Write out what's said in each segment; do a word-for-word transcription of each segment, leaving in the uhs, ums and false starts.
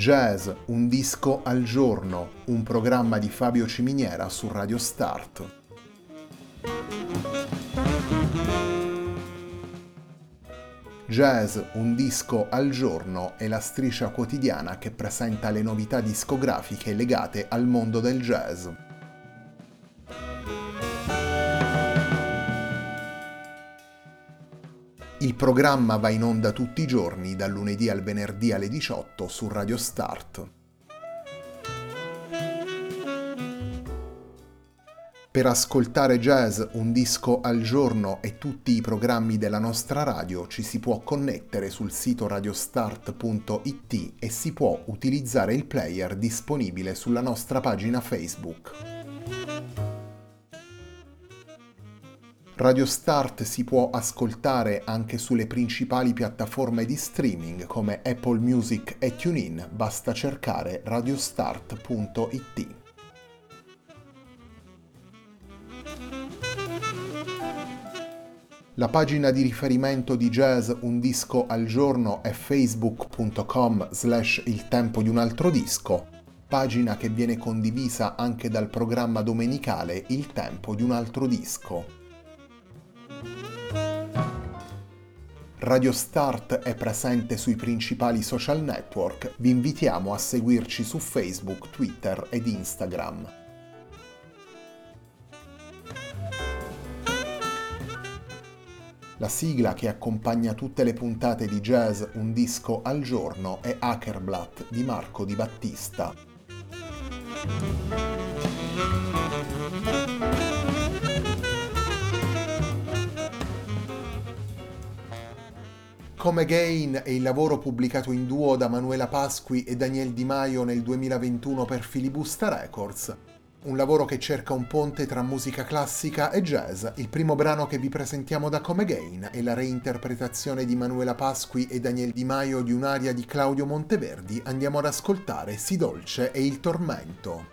Jazz, un disco al giorno, un programma di Fabio Ciminiera su Radio Start. Jazz, un disco al giorno è la striscia quotidiana che presenta le novità discografiche legate al mondo del jazz. Il programma va in onda tutti i giorni, dal lunedì al venerdì alle diciotto su Radio Start. Per ascoltare Jazz, un disco al giorno e tutti i programmi della nostra radio ci si può connettere sul sito radiostart punto it e si può utilizzare il player disponibile sulla nostra pagina Facebook. Radio Start si può ascoltare anche sulle principali piattaforme di streaming come Apple Music e TuneIn, basta cercare radiostart punto it. La pagina di riferimento di Jazz Un Disco al Giorno è facebook punto com slash il tempo di un altro disco, pagina che viene condivisa anche dal programma domenicale Il tempo di un altro disco. Radio Start è presente sui principali social network, vi invitiamo a seguirci su Facebook, Twitter ed Instagram. La sigla che accompagna tutte le puntate di Jazz Un Disco al Giorno è Hackerblatt di Marco Di Battista. Come Again è il lavoro pubblicato in duo da Manuela Pasqui e Daniel Di Maio nel duemilaventuno per Filibusta Records. Un lavoro che cerca un ponte tra musica classica e jazz. Il primo brano che vi presentiamo da Come Again è la reinterpretazione di Manuela Pasqui e Daniel Di Maio di un'aria di Claudio Monteverdi. Andiamo ad ascoltare Si dolce e il tormento.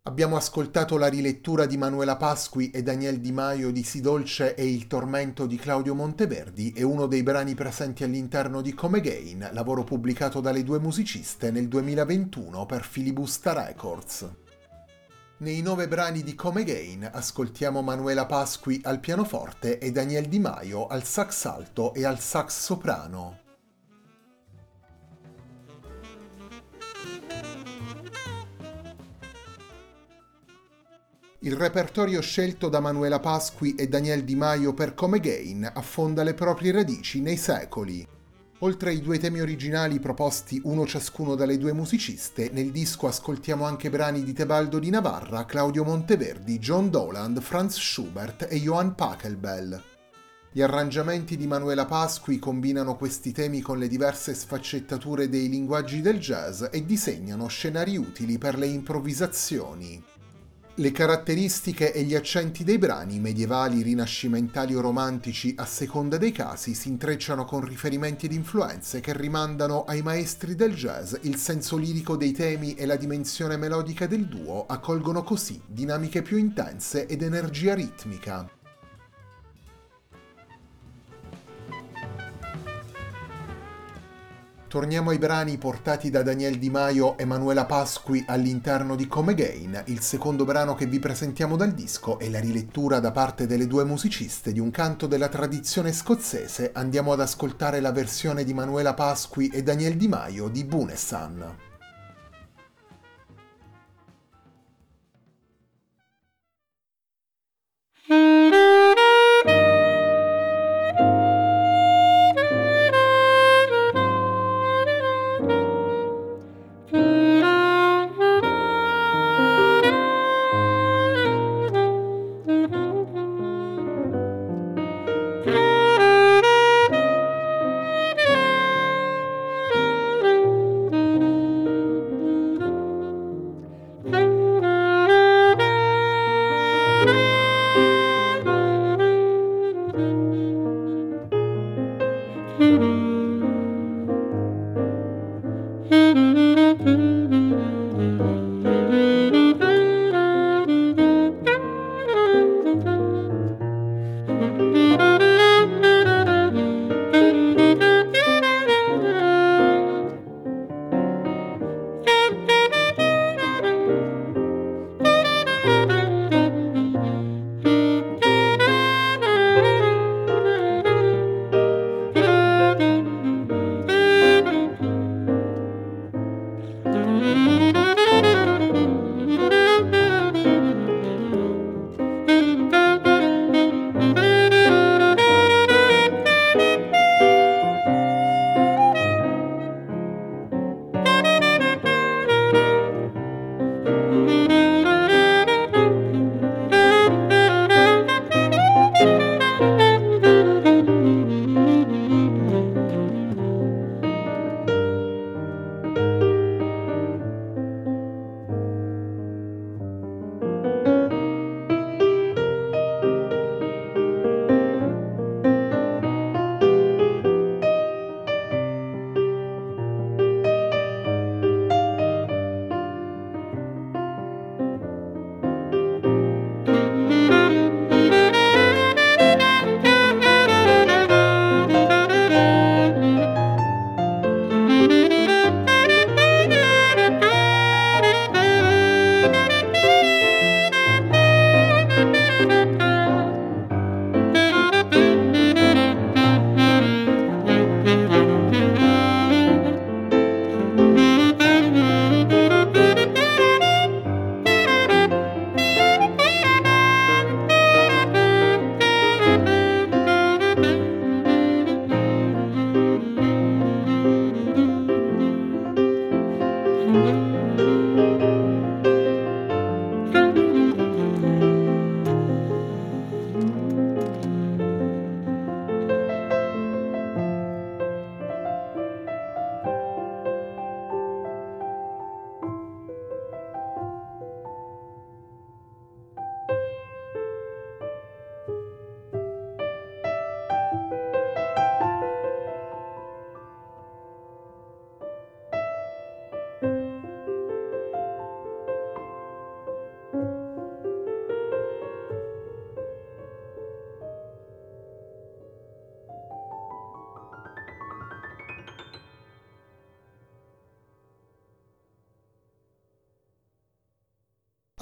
Abbiamo ascoltato la rilettura di Manuela Pasqui e Daniel Di Maio di Si dolce e il tormento di Claudio Monteverdi e uno dei brani presenti all'interno di Come Again, lavoro pubblicato dalle due musiciste nel duemilaventuno per Filibusta Records. Nei nove brani di Come Again ascoltiamo Manuela Pasqui al pianoforte e Daniel Di Maio al sax alto e al sax soprano. Il repertorio scelto da Manuela Pasqui e Daniel Di Maio per Come Again affonda le proprie radici nei secoli. Oltre ai due temi originali proposti uno ciascuno dalle due musiciste, nel disco ascoltiamo anche brani di Tebaldo di Navarra, Claudio Monteverdi, John Dowland, Franz Schubert e Johann Pachelbel. Gli arrangiamenti di Manuela Pasqui combinano questi temi con le diverse sfaccettature dei linguaggi del jazz e disegnano scenari utili per le improvvisazioni. Le caratteristiche e gli accenti dei brani, medievali, rinascimentali o romantici, a seconda dei casi, si intrecciano con riferimenti ed influenze che rimandano ai maestri del jazz. Il senso lirico dei temi e la dimensione melodica del duo accolgono così dinamiche più intense ed energia ritmica. Torniamo ai brani portati da Daniel Di Maio e Manuela Pasqui all'interno di Come Again. Il secondo brano che vi presentiamo dal disco è la rilettura da parte delle due musiciste di un canto della tradizione scozzese. Andiamo ad ascoltare la versione di Manuela Pasqui e Daniel Di Maio di Bunesan.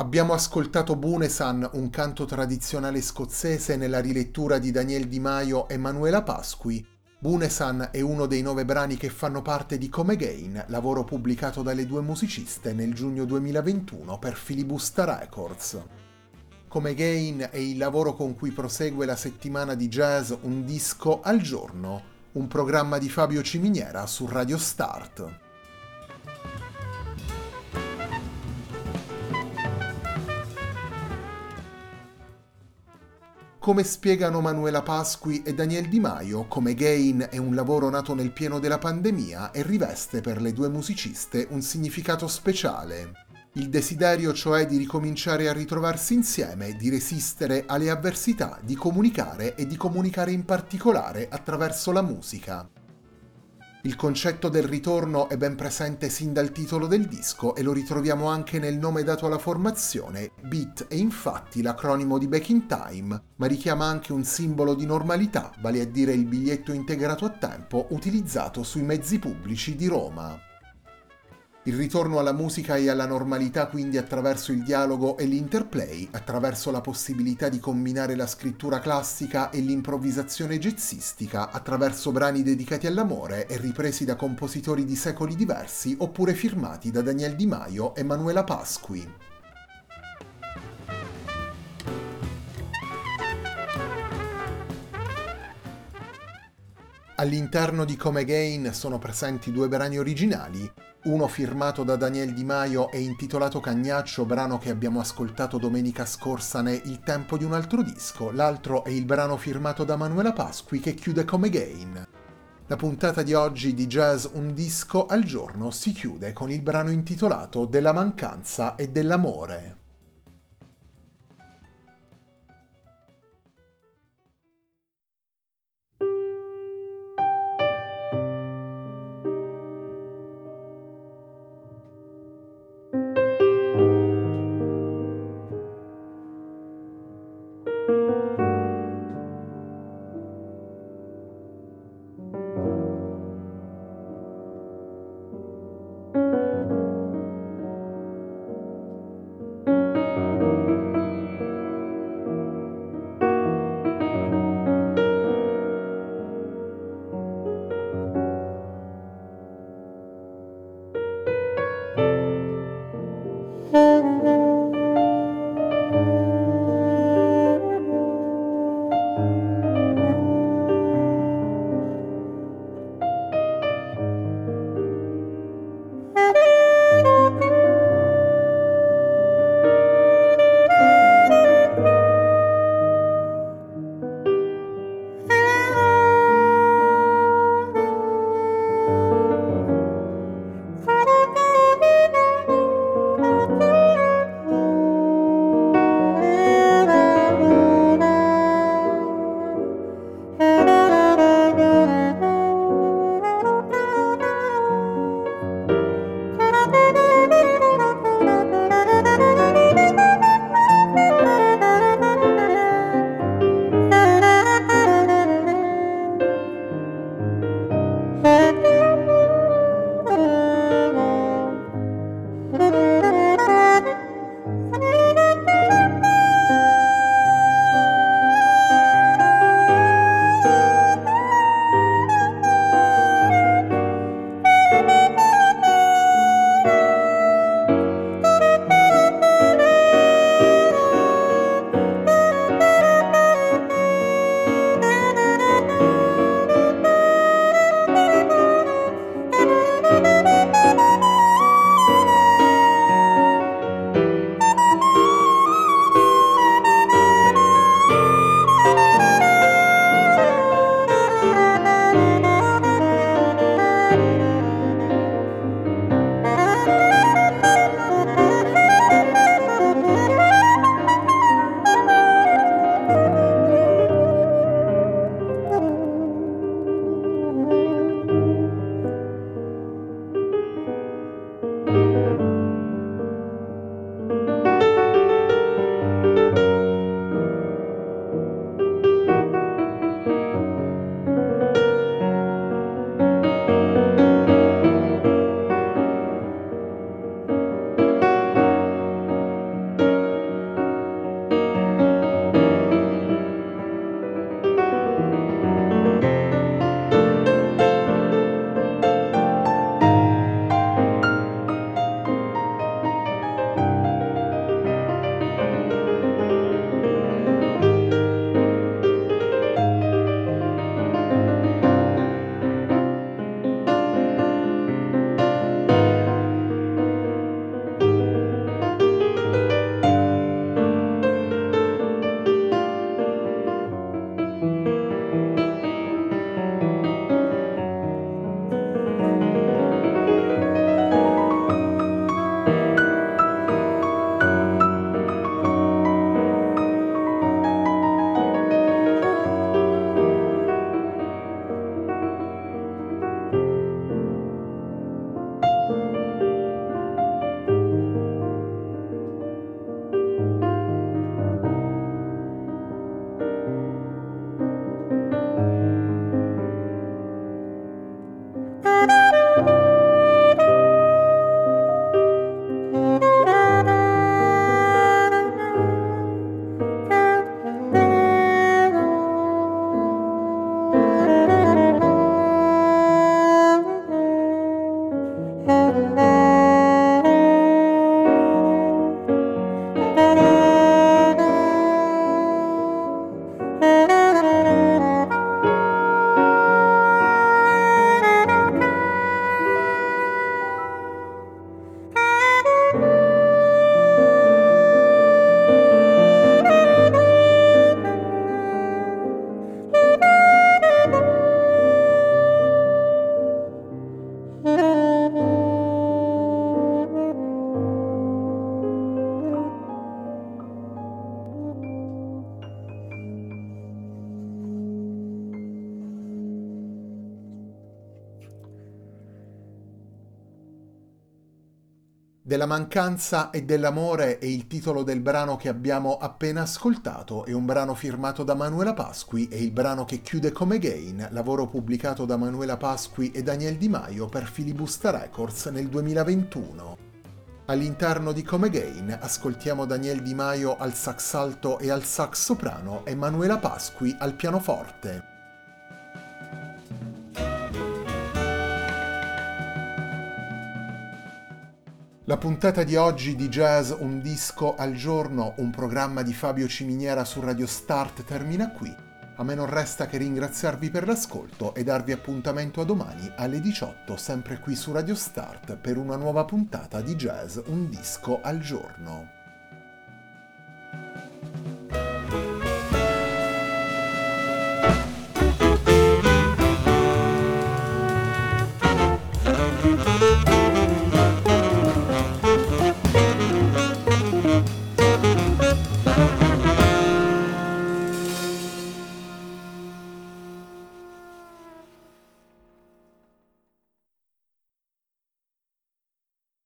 Abbiamo ascoltato Bunesan, un canto tradizionale scozzese nella rilettura di Daniel Di Maio e Manuela Pasqui. Bunesan è uno dei nove brani che fanno parte di Come Again, lavoro pubblicato dalle due musiciste nel giugno duemilaventuno per Filibusta Records. Come Again è il lavoro con cui prosegue la settimana di jazz Un disco al giorno, un programma di Fabio Ciminiera su Radio Start. Come spiegano Manuela Pasqui e Daniel Di Maio, Come Again è un lavoro nato nel pieno della pandemia e riveste per le due musiciste un significato speciale. Il desiderio cioè di ricominciare a ritrovarsi insieme, di resistere alle avversità, di comunicare e di comunicare in particolare attraverso la musica. Il concetto del ritorno è ben presente sin dal titolo del disco e lo ritroviamo anche nel nome dato alla formazione. Beat è infatti l'acronimo di Back in Time, ma richiama anche un simbolo di normalità, vale a dire il biglietto integrato a tempo utilizzato sui mezzi pubblici di Roma. Il ritorno alla musica e alla normalità quindi attraverso il dialogo e l'interplay, attraverso la possibilità di combinare la scrittura classica e l'improvvisazione jazzistica, attraverso brani dedicati all'amore e ripresi da compositori di secoli diversi oppure firmati da Daniel Di Maio e Manuela Pasqui. All'interno di Come Again sono presenti due brani originali, uno firmato da Daniel Di Maio e intitolato Cagnaccio, brano che abbiamo ascoltato domenica scorsa ne Il tempo di un altro disco, l'altro è il brano firmato da Manuela Pasqui che chiude Come Again. La puntata di oggi di Jazz Un disco al giorno si chiude con il brano intitolato Della mancanza e dell'amore. Della mancanza e dell'amore è il titolo del brano che abbiamo appena ascoltato, è un brano firmato da Manuela Pasqui, è il brano che chiude Come Again, lavoro pubblicato da Manuela Pasqui e Daniel Di Maio per Filibusta Records nel duemilaventuno. All'interno di Come Again ascoltiamo Daniel Di Maio al sax alto e al sax soprano e Manuela Pasqui al pianoforte. La puntata di oggi di Jazz Un disco al giorno, un programma di Fabio Ciminiera su Radio Start termina qui. A me non resta che ringraziarvi per l'ascolto e darvi appuntamento a domani alle diciotto, sempre qui su Radio Start, per una nuova puntata di Jazz Un disco al giorno.